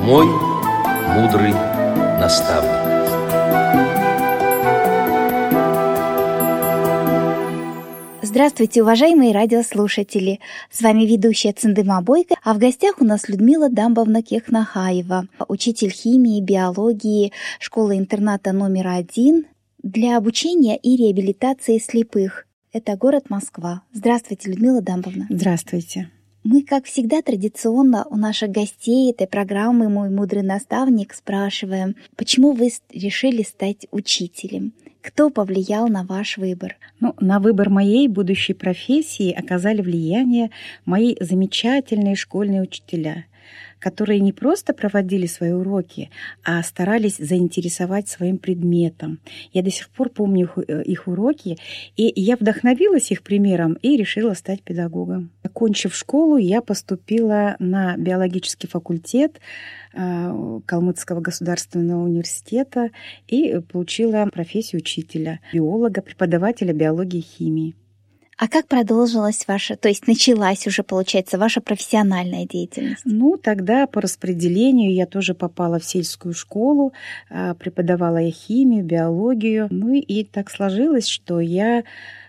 Мой мудрый наставник. Здравствуйте, уважаемые радиослушатели! С вами ведущая Цындыма Бойко, а в гостях у нас Людмила Дамбовна Кехнахаева, учитель химии и биологии школы-интерната номер 1 для обучения и реабилитации слепых. Это город Москва. Здравствуйте, Людмила Дамбовна. Здравствуйте. Мы, как всегда, традиционно у наших гостей этой программы «Мой мудрый наставник» спрашиваем, почему вы решили стать учителем? Кто повлиял на ваш выбор? На выбор моей будущей профессии оказали влияние мои замечательные школьные учителя, которые не просто проводили свои уроки, а старались заинтересовать своим предметом. Я до сих пор помню их уроки, и я вдохновилась их примером и решила стать педагогом. Окончив школу, я поступила на биологический факультет Калмыцкого государственного университета и получила профессию учителя, биолога, преподавателя биологии и химии. А как продолжилась началась уже, получается, ваша профессиональная деятельность? Тогда по распределению я тоже попала в сельскую школу, преподавала я химию, биологию. И так сложилось, что я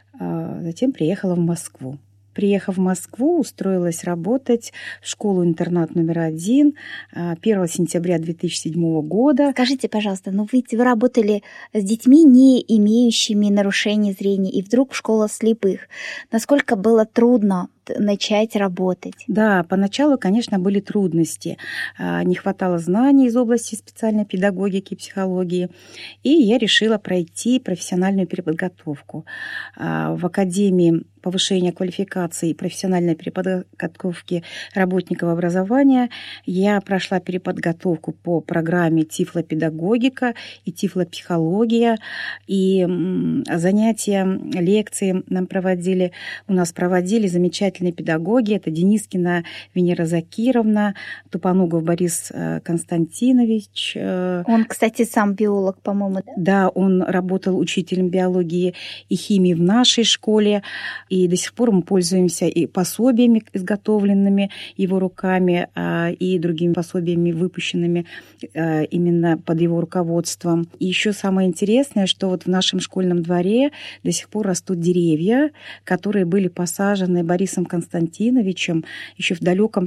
затем приехала в Москву. Приехав в Москву, устроилась работать в школу-интернат номер 1 1 сентября 2007 года. Скажите, пожалуйста, вы работали с детьми, не имеющими нарушений зрения, и вдруг школа слепых. Насколько было трудно начать работать? Да, поначалу, конечно, были трудности. Не хватало знаний из области специальной педагогики и психологии. И я решила пройти профессиональную переподготовку. В Академии повышения квалификации и профессиональной переподготовки работников образования я прошла переподготовку по программе «Тифлопедагогика» и «Тифлопсихология». И занятия, лекции у нас проводили замечательные педагоги. Это Денискина Венера Закировна, Тупоногов Борис Константинович. Он, кстати, сам биолог, по-моему, да? Да, он работал учителем биологии и химии в нашей школе. И до сих пор мы пользуемся и пособиями, изготовленными его руками, и другими пособиями, выпущенными именно под его руководством. И еще самое интересное, что в нашем школьном дворе до сих пор растут деревья, которые были посажены Борисом Константиновичем еще в далеком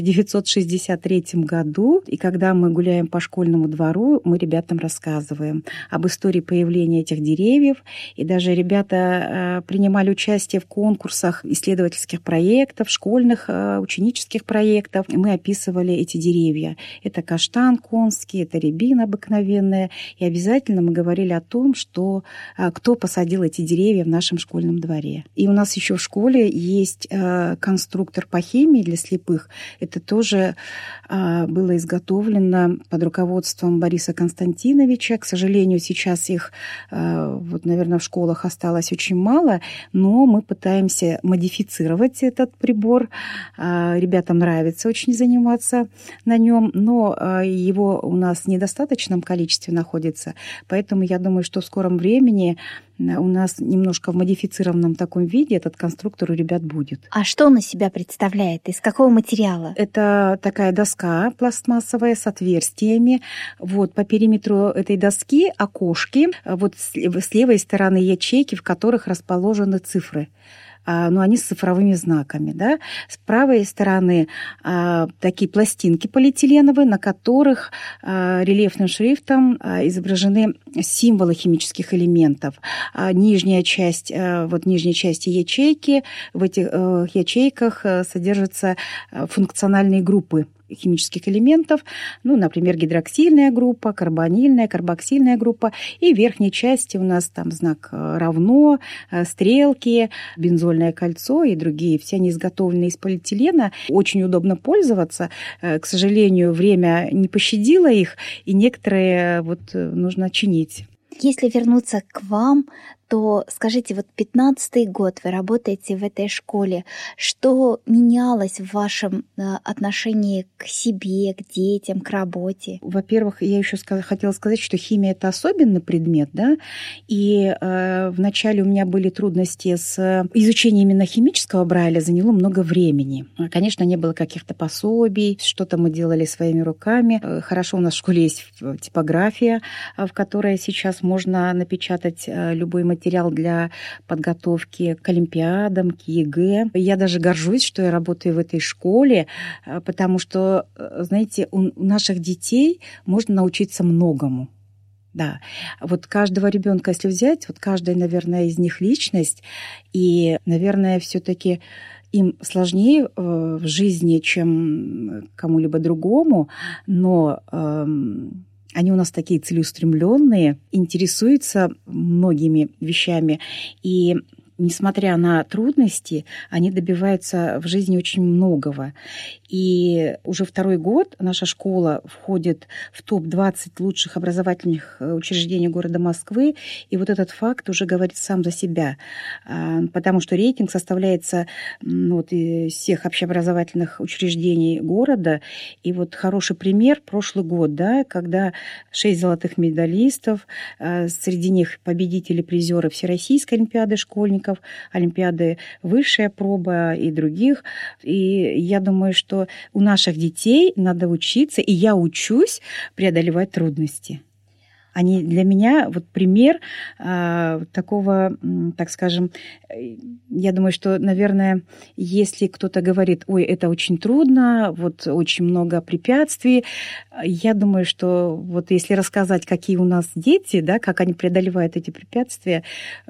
1963 году. И когда мы гуляем по школьному двору, мы ребятам рассказываем об истории появления этих деревьев. И даже ребята принимали участие в конкурсах исследовательских проектов, школьных ученических проектов. Мы описывали эти деревья. Это каштан конский, это рябина обыкновенная. И обязательно мы говорили о том, что кто посадил эти деревья в нашем школьном дворе. И у нас еще в школе есть конструктор по химии для слепых. Это тоже было изготовлено под руководством Бориса Константиновича. К сожалению, сейчас их, наверное, в школах осталось очень мало, но мы пытаемся модифицировать этот прибор. Ребятам нравится очень заниматься на нем, но его у нас в недостаточном количестве находится, поэтому я думаю, что в скором времени у нас немножко в модифицированном таком виде этот конструктор у ребят будет. А что он из себя представляет? Из какого материала? Это такая доска пластмассовая с отверстиями. По периметру этой доски окошки. С левой стороны ячейки, в которых расположены цифры. Но они с цифровыми знаками. Да? С правой стороны такие пластинки полиэтиленовые, на которых рельефным шрифтом изображены символы химических элементов. Нижняя часть ячейки, в этих ячейках содержатся функциональные группы химических элементов, например, гидроксильная группа, карбонильная, карбоксильная группа. И в верхней части у нас там знак равно, стрелки, бензольное кольцо и другие. Все они изготовлены из полиэтилена. Очень удобно пользоваться. К сожалению, время не пощадило их, и некоторые нужно чинить. Если вернуться к вам, то скажите, вот 15-й год вы работаете в этой школе. Что менялось в вашем отношении к себе, к детям, к работе? Во-первых, я еще хотела сказать, что химия – это особенный предмет, да, и вначале у меня были трудности с изучением именно химического Брайля, заняло много времени. Конечно, не было каких-то пособий, что-то мы делали своими руками. Хорошо, у нас в школе есть типография, в которой сейчас можно напечатать любой материал для подготовки к олимпиадам, к ЕГЭ. Я даже горжусь, что я работаю в этой школе, потому что, знаете, у наших детей можно научиться многому. Да, вот каждого ребенка, если взять, вот каждая, наверное, из них личность, и, наверное, все-таки им сложнее в жизни, чем кому-либо другому, но они у нас такие целеустремленные, интересуются многими вещами, и несмотря на трудности, они добиваются в жизни очень многого. И уже второй год наша школа входит в топ-20 лучших образовательных учреждений города Москвы. И вот этот факт уже говорит сам за себя, потому что рейтинг составляется вот из всех общеобразовательных учреждений города. И вот хороший пример прошлый год, да, когда 6 золотых медалистов, среди них победители, призеры Всероссийской олимпиады школьников, олимпиады «Высшая проба» и других. И я думаю, что у наших детей надо учиться, и я учусь преодолевать трудности. Они для меня вот пример такого, так скажем, я думаю, что, наверное, если кто-то говорит, ой, это очень трудно, вот очень много препятствий, я думаю, что вот если рассказать, какие у нас дети, да, как они преодолевают эти препятствия,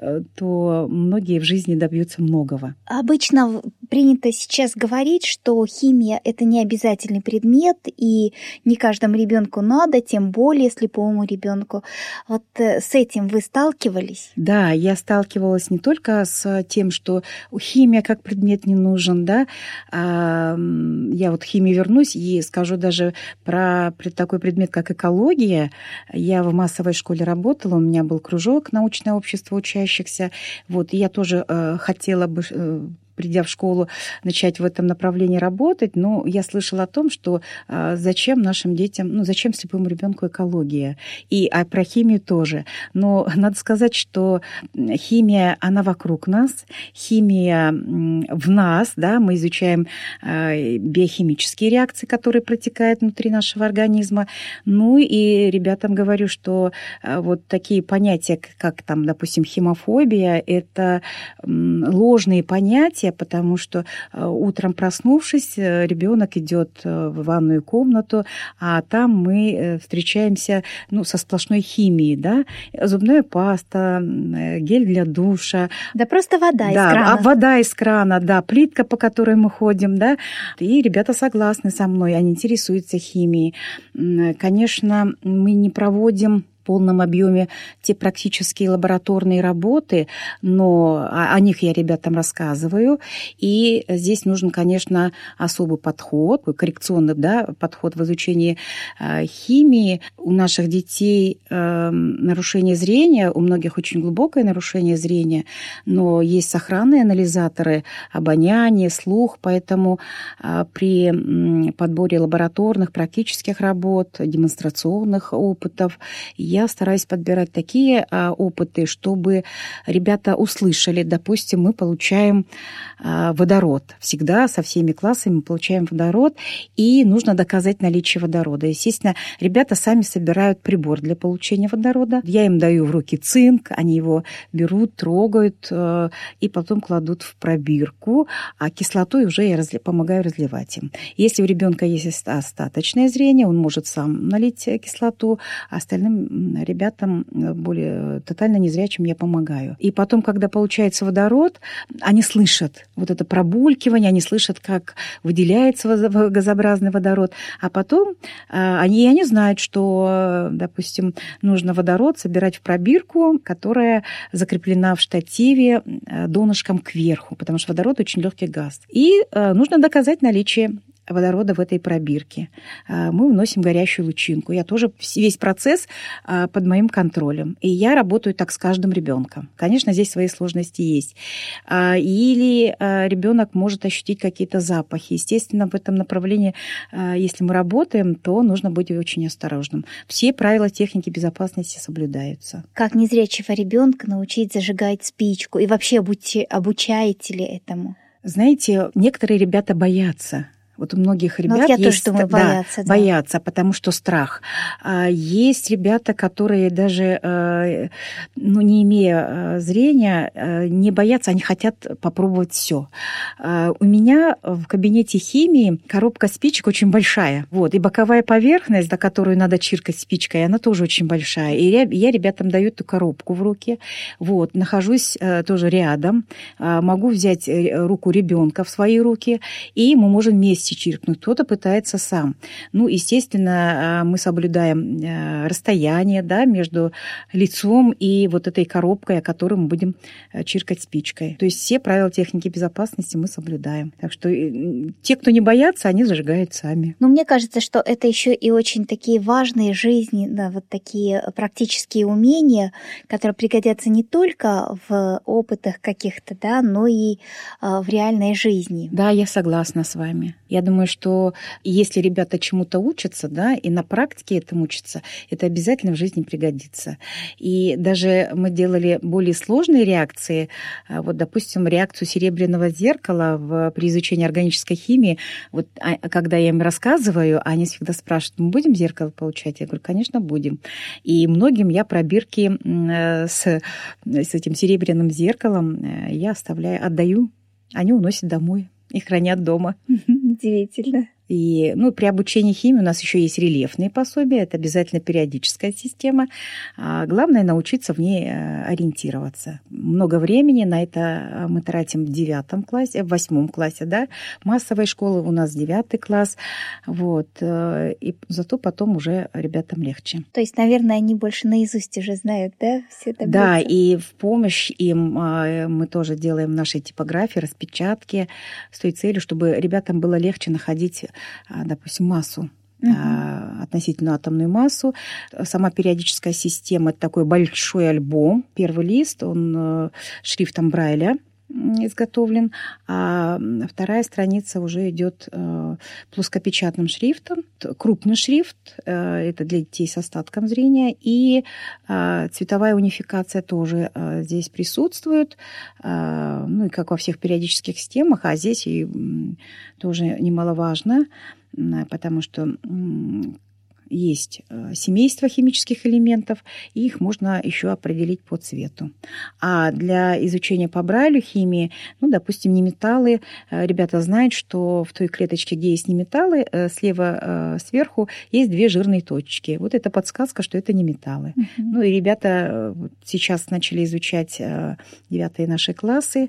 то многие в жизни добьются многого. Обычно принято сейчас говорить, что химия – это не обязательный предмет, и не каждому ребенку надо, тем более слепому ребенку. Вот с этим вы сталкивались? Да, я сталкивалась не только с тем, что химия как предмет не нужен, да. Я вот к химии вернусь и скажу даже про такой предмет, как экология. Я в массовой школе работала, у меня был кружок «Научное общество учащихся». Вот, и я тоже хотела бы, придя в школу, начать в этом направлении работать, но я слышала о том, что зачем нашим детям, зачем слепому ребенку экология, а про химию тоже. Но надо сказать, что химия, она вокруг нас, химия в нас, да, мы изучаем биохимические реакции, которые протекают внутри нашего организма. Ну и ребятам говорю, что вот такие понятия, как там, допустим, химофобия, это ложные понятия, потому что утром проснувшись, ребенок идет в ванную комнату, а там мы встречаемся со сплошной химией, да, зубная паста, гель для душа. Да просто вода из крана. Да, вода из крана, да, плитка, по которой мы ходим, да. И ребята согласны со мной, они интересуются химией. Конечно, мы не проводим в полном объеме те практические лабораторные работы, но о них я ребятам рассказываю. И здесь нужен, конечно, особый подход, коррекционный, да, подход в изучении химии. У наших детей нарушение зрения, у многих очень глубокое нарушение зрения, но есть сохранные анализаторы, обоняние, слух, поэтому при подборе лабораторных, практических работ, демонстрационных опытов я стараюсь подбирать такие опыты, чтобы ребята услышали. Допустим, мы получаем водород. Всегда со всеми классами мы получаем водород, и нужно доказать наличие водорода. Естественно, ребята сами собирают прибор для получения водорода. Я им даю в руки цинк, они его берут, трогают и потом кладут в пробирку, а кислотой уже я помогаю разливать им. Если у ребенка есть остаточное зрение, он может сам налить кислоту, а остальным ребятам, более тотально незрячим, я помогаю. И потом, когда получается водород, они слышат вот это пробулькивание, они слышат, как выделяется газообразный водород, а потом они знают, что, допустим, нужно водород собирать в пробирку, которая закреплена в штативе донышком кверху, потому что водород очень легкий газ. И нужно доказать наличие водорода в этой пробирке. Мы вносим горящую лучинку. Я тоже весь процесс под моим контролем. И я работаю так с каждым ребенком. Конечно, здесь свои сложности есть. Или ребенок может ощутить какие-то запахи. Естественно, в этом направлении, если мы работаем, то нужно быть очень осторожным. Все правила техники безопасности соблюдаются. Как незрячего ребенка научить зажигать спичку? И вообще обучаете ли этому? Знаете, некоторые ребята боятся. Вот у многих ребят я есть, тоже думаю, боятся. Да. Боятся, потому что страх. Есть ребята, которые даже, не имея зрения, не боятся, они хотят попробовать все. У меня в кабинете химии коробка спичек очень большая. Вот, и боковая поверхность, до которой надо чиркать спичкой, она тоже очень большая. И я ребятам даю эту коробку в руки. Вот, нахожусь тоже рядом, могу взять руку ребенка в свои руки, и мы можем вместе чиркнуть, кто-то пытается сам. Естественно, мы соблюдаем расстояние, да, между лицом и вот этой коробкой, о которой мы будем чиркать спичкой. То есть все правила техники безопасности мы соблюдаем. Так что те, кто не боятся, они зажигают сами. Но мне кажется, что это еще и очень такие важные жизни, да, вот такие практические умения, которые пригодятся не только в опытах каких-то, да, но и в реальной жизни. Да, я согласна с вами. Я думаю, что если ребята чему-то учатся, да, и на практике этому учатся, это обязательно в жизни пригодится. И даже мы делали более сложные реакции. Вот, допустим, реакцию серебряного зеркала при изучении органической химии. Вот, когда я им рассказываю, они всегда спрашивают, мы будем зеркало получать? Я говорю, конечно, будем. И многим я пробирки с этим серебряным зеркалом я отдаю. Они уносят домой и хранят дома. Удивительно. И при обучении химии у нас еще есть рельефные пособия, это обязательно периодическая система. Главное научиться в ней ориентироваться. Много времени на это мы тратим в 9 классе, в 8 классе, да. Массовой школы у нас 9 класс. Вот. И зато потом уже ребятам легче. То есть, наверное, они больше наизусть уже знают, да? Все это да, и в помощь им мы тоже делаем наши типографии, распечатки с той целью, чтобы ребятам было легче находить, допустим, массу, относительно атомную массу. Сама периодическая система – это такой большой альбом. Первый лист, он шрифтом Брайля изготовлен, а вторая страница уже идет плоскопечатным шрифтом. Крупный шрифт – это для детей с остатком зрения, и цветовая унификация тоже здесь присутствует, и как во всех периодических системах, а здесь и тоже немаловажно, потому что есть семейство химических элементов, и их можно еще определить по цвету. А для изучения по Брайлю химии, допустим, неметаллы, ребята знают, что в той клеточке, где есть неметаллы, слева сверху есть 2 жирные точки. Вот это подсказка, что это неметаллы. И ребята сейчас начали изучать 9 наши классы,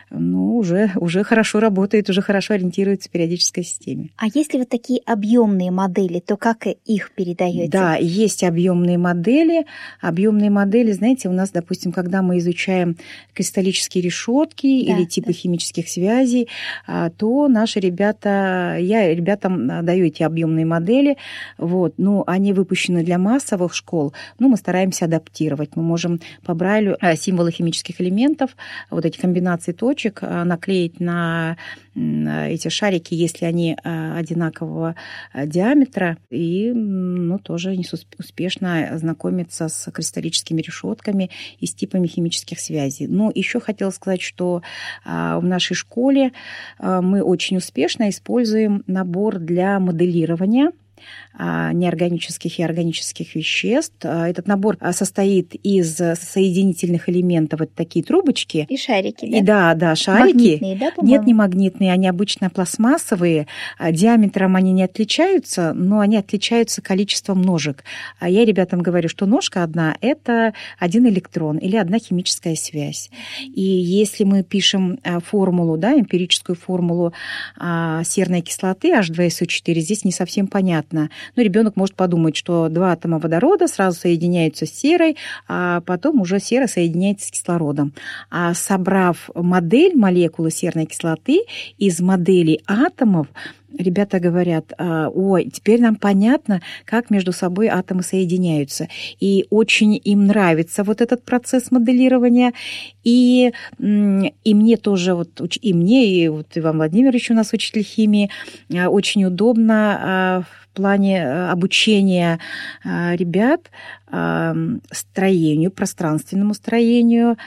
уже хорошо работают, уже хорошо ориентируются в периодической системе. А если вот такие объемные модели, то как их передаете? Да, есть объемные модели. Объемные модели, знаете, у нас, допустим, когда мы изучаем кристаллические решетки или типы химических связей, то наши ребята, я ребятам даю эти объемные модели. Вот, они выпущены для массовых школ, мы стараемся адаптировать. Мы можем по Брайлю символы химических элементов, вот эти комбинации точек наклеить на эти шарики, если они одинакового диаметра, и тоже успешно знакомиться с кристаллическими решетками и с типами химических связей. Но еще хотела сказать, что в нашей школе мы очень успешно используем набор для моделирования неорганических и органических веществ. Этот набор состоит из соединительных элементов, это такие трубочки. И шарики, да? Да, шарики. Магнитные, да, по-моему? Нет, не магнитные, они обычно пластмассовые. Диаметром они не отличаются, но они отличаются количеством ножек. А я ребятам говорю, что ножка одна – это 1 электрон или 1 химическая связь. И если мы пишем формулу, эмпирическую формулу серной кислоты H2SO4, здесь не совсем понятно. понятно. Но ребенок может подумать, что 2 атома водорода сразу соединяются с серой, а потом уже сера соединяется с кислородом. А собрав модель молекулы серной кислоты из моделей атомов, ребята говорят: ой, теперь нам понятно, как между собой атомы соединяются. И очень им нравится вот этот процесс моделирования. И мне тоже, и мне, и Иван Владимирович у нас учитель химии, очень удобно в плане обучения ребят строению, пространственному строению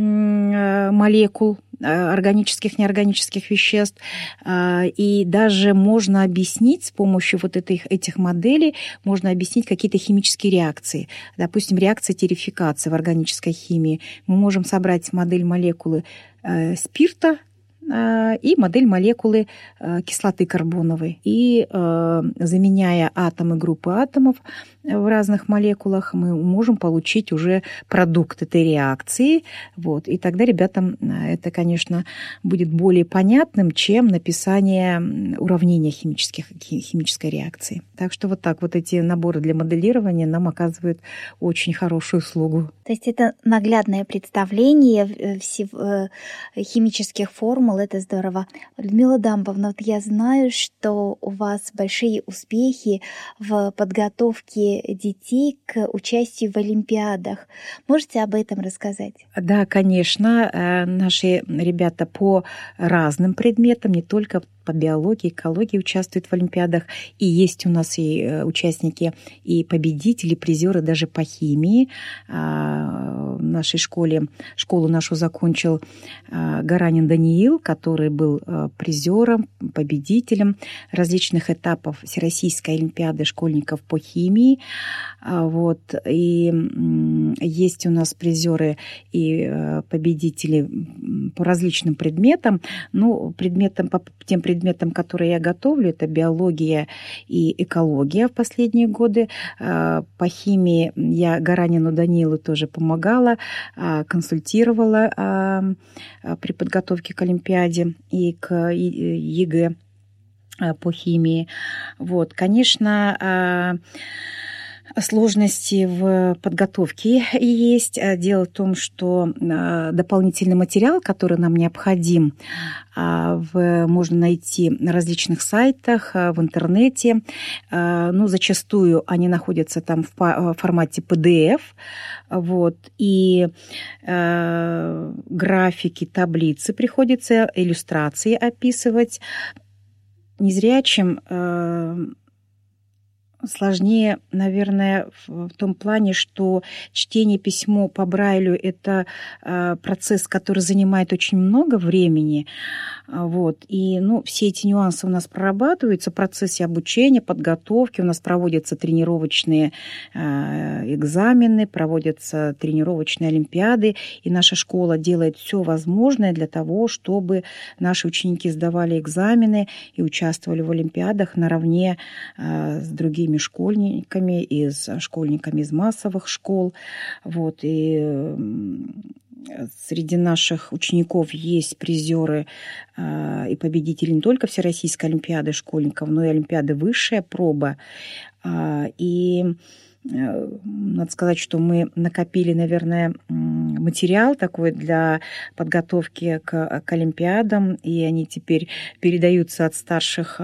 молекул органических, неорганических веществ. И даже можно объяснить с помощью вот этих моделей, можно объяснить какие-то химические реакции. Допустим, реакция терификации в органической химии. Мы можем собрать модель молекулы спирта и модель молекулы кислоты карбоновой. И заменяя атомы, группы атомов в разных молекулах, мы можем получить уже продукт этой реакции. Вот. И тогда ребятам это, конечно, будет более понятным, чем написание уравнения химической реакции. Так что вот так вот эти наборы для моделирования нам оказывают очень хорошую услугу. То есть это наглядное представление химических формул, это здорово. Людмила Дамбовна, вот я знаю, что у вас большие успехи в подготовке детей к участию в олимпиадах. Можете об этом рассказать? Да, конечно. Наши ребята по разным предметам, не только по биологии, экологии участвуют в олимпиадах. И есть у нас и участники, и победители, призеры даже по химии. В нашей школу нашу закончил Гаранин Даниил, который был призером, победителем различных этапов Всероссийской олимпиады школьников по химии. Вот. И есть у нас призеры и победители по различным предметам. Ну, по тем предметам, которые я готовлю, это биология и экология в последние годы. По химии я Гаранину Даниилу тоже помогала, консультировала при подготовке к олимпиаде и к ЕГЭ по химии. Вот, конечно, сложности в подготовке есть. Дело в том, что дополнительный материал, который нам необходим, можно найти на различных сайтах, в интернете. Ну, зачастую они находятся там в формате PDF. Вот. И графики, таблицы приходится, иллюстрации описывать. Незрячим сложнее, наверное, в том плане, что чтение письмо по Брайлю – это процесс, который занимает очень много времени. Вот. И все эти нюансы у нас прорабатываются в процессе обучения, подготовки. У нас проводятся тренировочные экзамены, проводятся тренировочные олимпиады. И наша школа делает все возможное для того, чтобы наши ученики сдавали экзамены и участвовали в олимпиадах наравне с другими школьниками из массовых школ. Вот. И среди наших учеников есть призеры и победители не только Всероссийской олимпиады школьников, но и олимпиады «Высшая проба». И надо сказать, что мы накопили, наверное, материал такой для подготовки к олимпиадам, и они теперь передаются от старших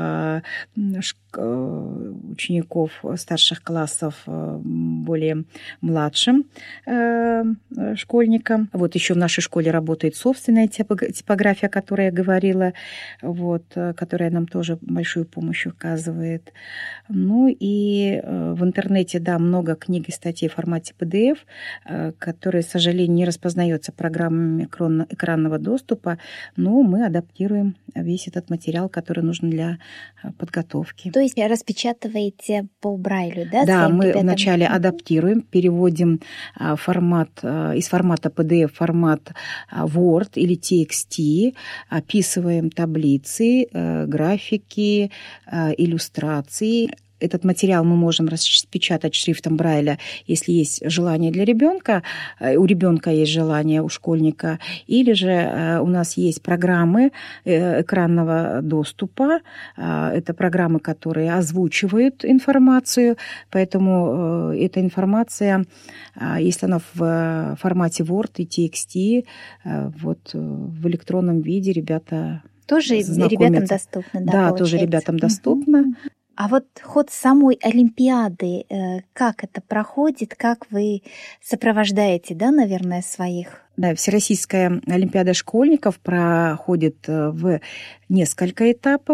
учеников старших классов более младшим школьникам. Вот еще в нашей школе работает собственная типография, о которой я говорила, вот, которая нам тоже большую помощь оказывает. Ну и в интернете, да, много книг и статей в формате PDF, которые, к сожалению, не распознаются программами экранного доступа, но мы адаптируем весь этот материал, который нужен для подготовки. То есть распечатываете по Брайлю, да? Да, мы вначале адаптируем, переводим из формата PDF в формат Word или TXT, описываем таблицы, графики, иллюстрации. этот материал мы можем распечатать шрифтом Брайля, если есть желание для ребенка, у ребенка есть желание, у школьника, или же у нас есть программы экранного доступа. Это программы, которые озвучивают информацию, поэтому эта информация, если она в формате Word и TXT, вот в электронном виде ребята тоже ребятам доступно, да, Да, получается? тоже ребятам доступно. А вот ход самой Олимпиады, как это проходит, как вы сопровождаете, да, наверное, своих? Да, Всероссийская Олимпиада школьников проходит в несколько этапов.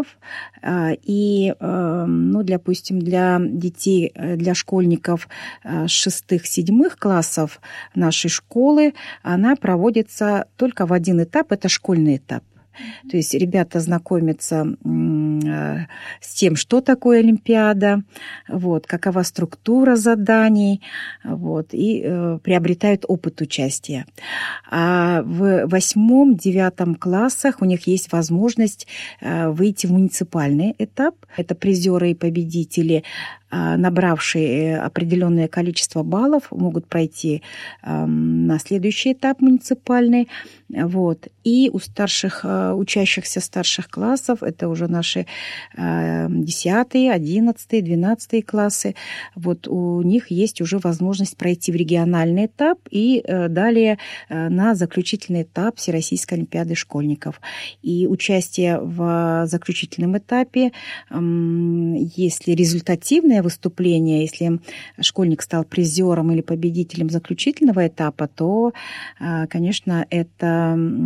И, ну, допустим, для детей, для школьников 6-7 классов нашей школы она проводится только в один этап, это школьный этап. То есть ребята знакомятся с тем, что такое Олимпиада, вот, какова структура заданий, вот, и приобретают опыт участия. А в 8-9 классах у них есть возможность выйти в муниципальный этап. Это призеры и победители, набравшие определенное количество баллов, могут пройти на следующий этап муниципальный. Вот. И у старших, учащихся старших классов, это уже наши 10, 11, 12 классы, вот у них есть уже возможность пройти в региональный этап и далее на заключительный этап Всероссийской Олимпиады школьников. И участие в заключительном этапе, если результативное выступление, если школьник стал призером или победителем заключительного этапа, то, конечно, это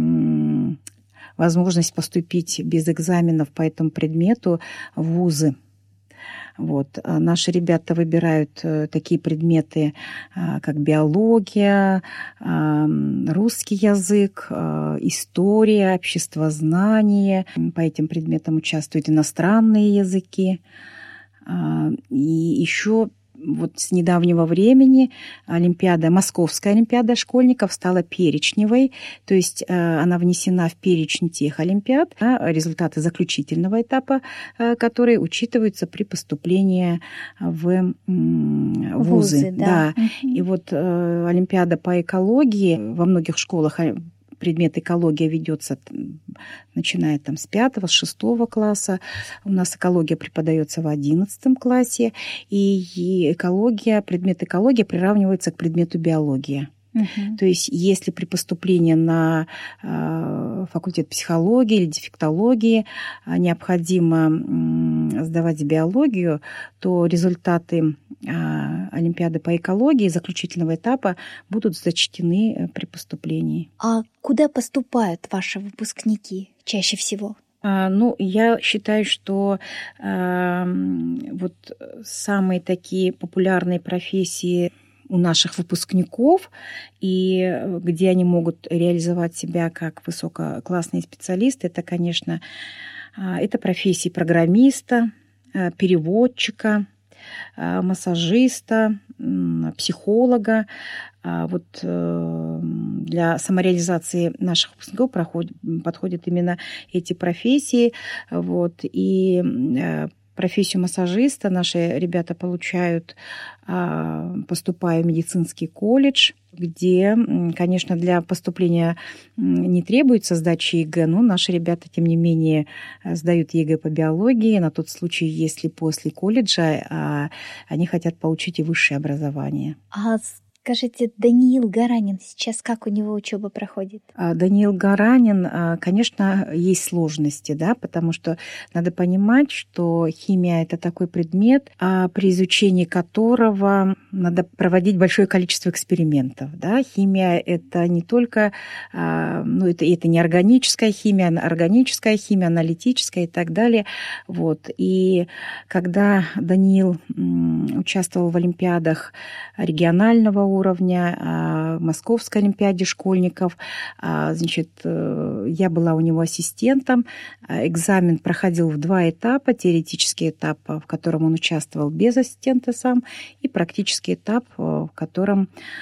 возможность поступить без экзаменов по этому предмету в вузы. Вот. Наши ребята выбирают такие предметы, как биология, русский язык, история, обществознание. По этим предметам участвуют иностранные языки. И еще вот с недавнего времени Московская Олимпиада школьников стала перечневой, то есть она внесена в перечень тех олимпиад, результаты заключительного этапа, которые учитываются при поступлении в вузы. Да. И вот Олимпиада по экологии во многих школах предмет экология ведется, начиная там с 5-го, с 6-го класса. У нас экология преподается в 11 классе, и предмет экология приравнивается к предмету биология. То есть если при поступлении на факультет психологии или дефектологии необходимо сдавать биологию, то результаты Олимпиады по экологии заключительного этапа будут зачтены при поступлении. А куда поступают ваши выпускники чаще всего? Ну, я считаю, что вот самые такие популярные профессии у наших выпускников, и где они могут реализовать себя как высококлассные специалисты, это, конечно, это профессии программиста, переводчика, массажиста, психолога. Вот для самореализации наших выпускников подходят именно эти профессии. Вот. И профессию массажиста наши ребята получают, поступая в медицинский колледж, где, конечно, для поступления не требуется сдача ЕГЭ, но наши ребята, тем не менее, сдают ЕГЭ по биологии на тот случай, если после колледжа они хотят получить и высшее образование. Скажите, Даниил Гаранин сейчас как у него учеба проходит? Даниил Гаранин, конечно, есть сложности, да, потому что надо понимать, что химия – это такой предмет, при изучении которого надо проводить большое количество экспериментов. Да. Химия – это не только, это не органическая химия, аналитическая и так далее. Вот. И когда Даниил участвовал в олимпиадах регионального уровня, в Московской Олимпиаде школьников. Значит, я была у него ассистентом. Экзамен проходил в 2 этапа. Теоретический этап, в котором он участвовал без ассистента сам, и практический этап, в котором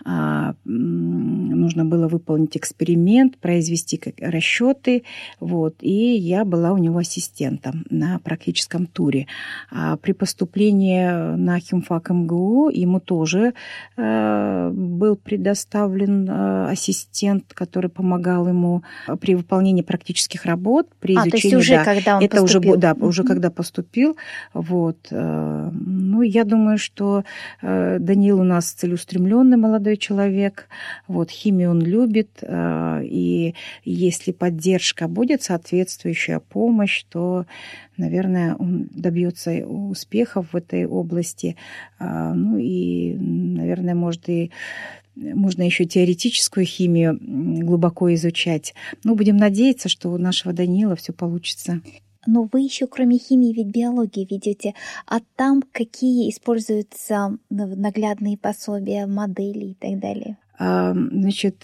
нужно было выполнить эксперимент, произвести расчеты, вот, и я была у него ассистентом на практическом туре. При поступлении на химфак МГУ ему тоже был предоставлен ассистент, который помогал ему при выполнении практических работ, при изучении. То есть уже когда он поступил. Уже когда поступил. Вот. Ну, я думаю, что Даниил у нас целеустремленный молодой человек. Вот, химию он любит. И если поддержка будет, соответствующая помощь, то, наверное, он добьется успехов в этой области. Ну и, наверное, можно еще теоретическую химию глубоко изучать. Но будем надеяться, что у нашего Даниила все получится. Но вы еще, кроме химии, ведь биологию ведете. А там какие используются наглядные пособия, модели и так далее? Значит,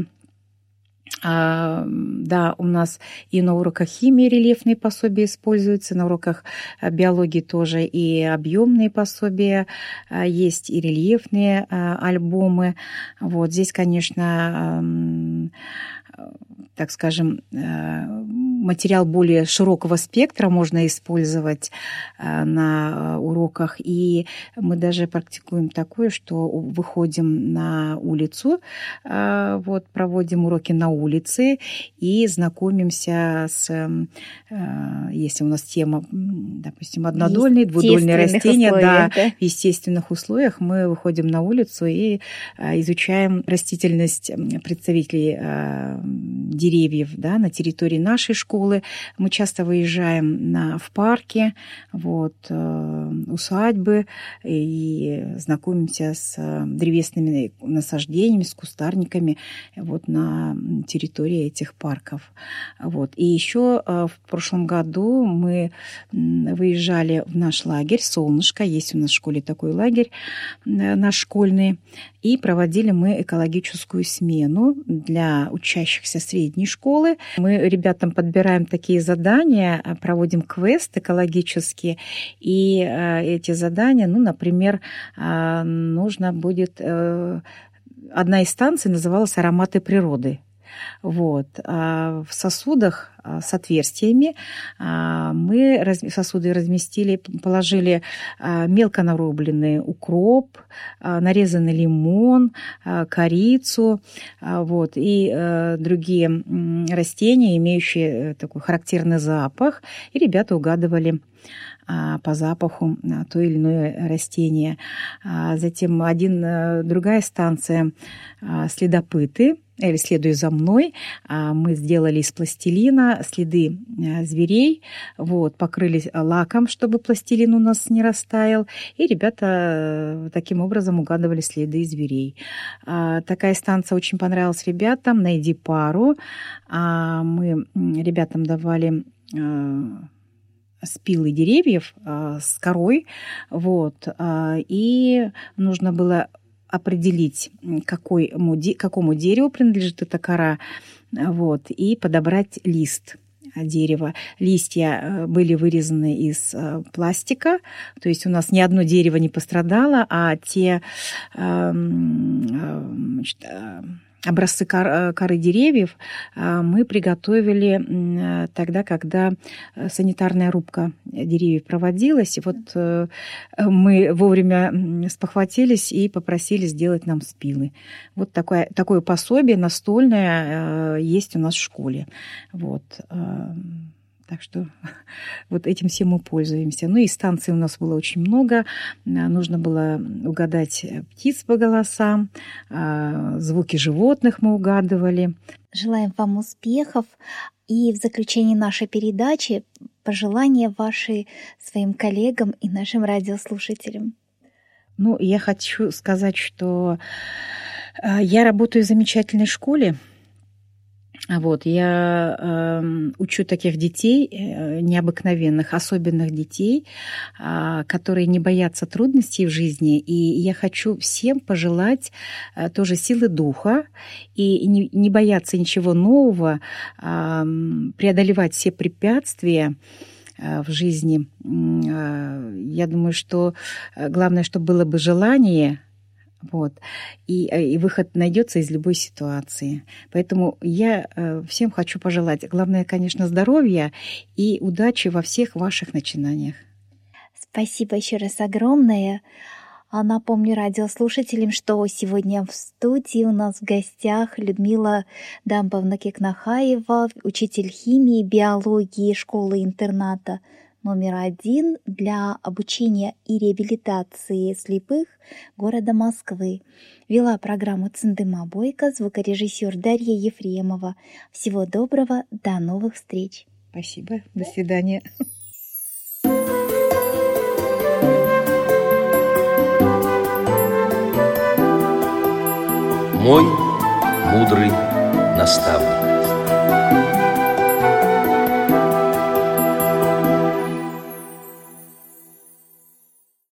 да, у нас и на уроках химии рельефные пособия используются, на уроках биологии тоже и объемные пособия есть, и рельефные альбомы. Вот здесь, конечно, так скажем, материал более широкого спектра можно использовать на уроках. И мы даже практикуем такое, что выходим на улицу, вот, проводим уроки на улице и знакомимся с, если у нас тема, допустим, однодольные, двудольные растения, да, в естественных условиях, мы выходим на улицу и изучаем растительность представителей деревьев, да, на территории нашей школы. Мы часто выезжаем в парки, вот, усадьбы и знакомимся с древесными насаждениями, с кустарниками вот, на территории этих парков. Вот. И еще в прошлом году мы выезжали в наш лагерь «Солнышко». Есть у нас в школе такой лагерь наш школьный. И проводили мы экологическую смену для учащихся средней школы. Мы ребятам подбираем такие задания, проводим квест экологические. И эти задания, ну, например, нужно будет... Одна из станций называлась «Ароматы природы». Вот. В сосудах с отверстиями мы сосуды разместили, положили мелко нарубленный укроп, нарезанный лимон, корицу, вот, и другие растения, имеющие такой характерный запах. И ребята угадывали по запаху то или иное растение. Затем другая станция «Следопыты», или «Следуй за мной». Мы сделали из пластилина следы зверей, вот, покрыли лаком, чтобы пластилин у нас не растаял, и ребята таким образом угадывали следы зверей. Такая станция очень понравилась ребятам. «Найди пару». Мы ребятам давали спилы деревьев с корой, вот, и нужно было определить, какому дереву принадлежит эта кора, вот, и подобрать лист дерева. Листья были вырезаны из пластика, то есть у нас ни одно дерево не пострадало, а те образцы коры деревьев мы приготовили тогда, когда санитарная рубка деревьев проводилась. И вот мы вовремя спохватились и попросили сделать нам спилы. Вот такое пособие настольное есть у нас в школе. Вот. Так что вот этим всем мы пользуемся. Ну и станций у нас было очень много. Нужно было угадать птиц по голосам, звуки животных мы угадывали. Желаем вам успехов. И в заключении нашей передачи пожелания ваши своим коллегам и нашим радиослушателям. Ну, я хочу сказать, что я работаю в замечательной школе. Вот, я учу таких детей, необыкновенных, особенных детей, которые не боятся трудностей в жизни. И я хочу всем пожелать тоже силы духа и не бояться ничего нового, преодолевать все препятствия в жизни. Я думаю, что главное, чтобы было бы желание Вот. И выход найдется из любой ситуации. Поэтому я всем хочу пожелать, главное, конечно, здоровья и удачи во всех ваших начинаниях. Спасибо еще раз огромное. Напомню радиослушателям, что сегодня в студии у нас в гостях Людмила Дамбовна Кекнахаева, учитель химии и биологии школы-интерната номер 1 для обучения и реабилитации слепых города Москвы. Вела программу Цындыма Бойко, звукорежиссер Дарья Ефремова. Всего доброго, до новых встреч. Спасибо, до свидания. Мой мудрый наставник.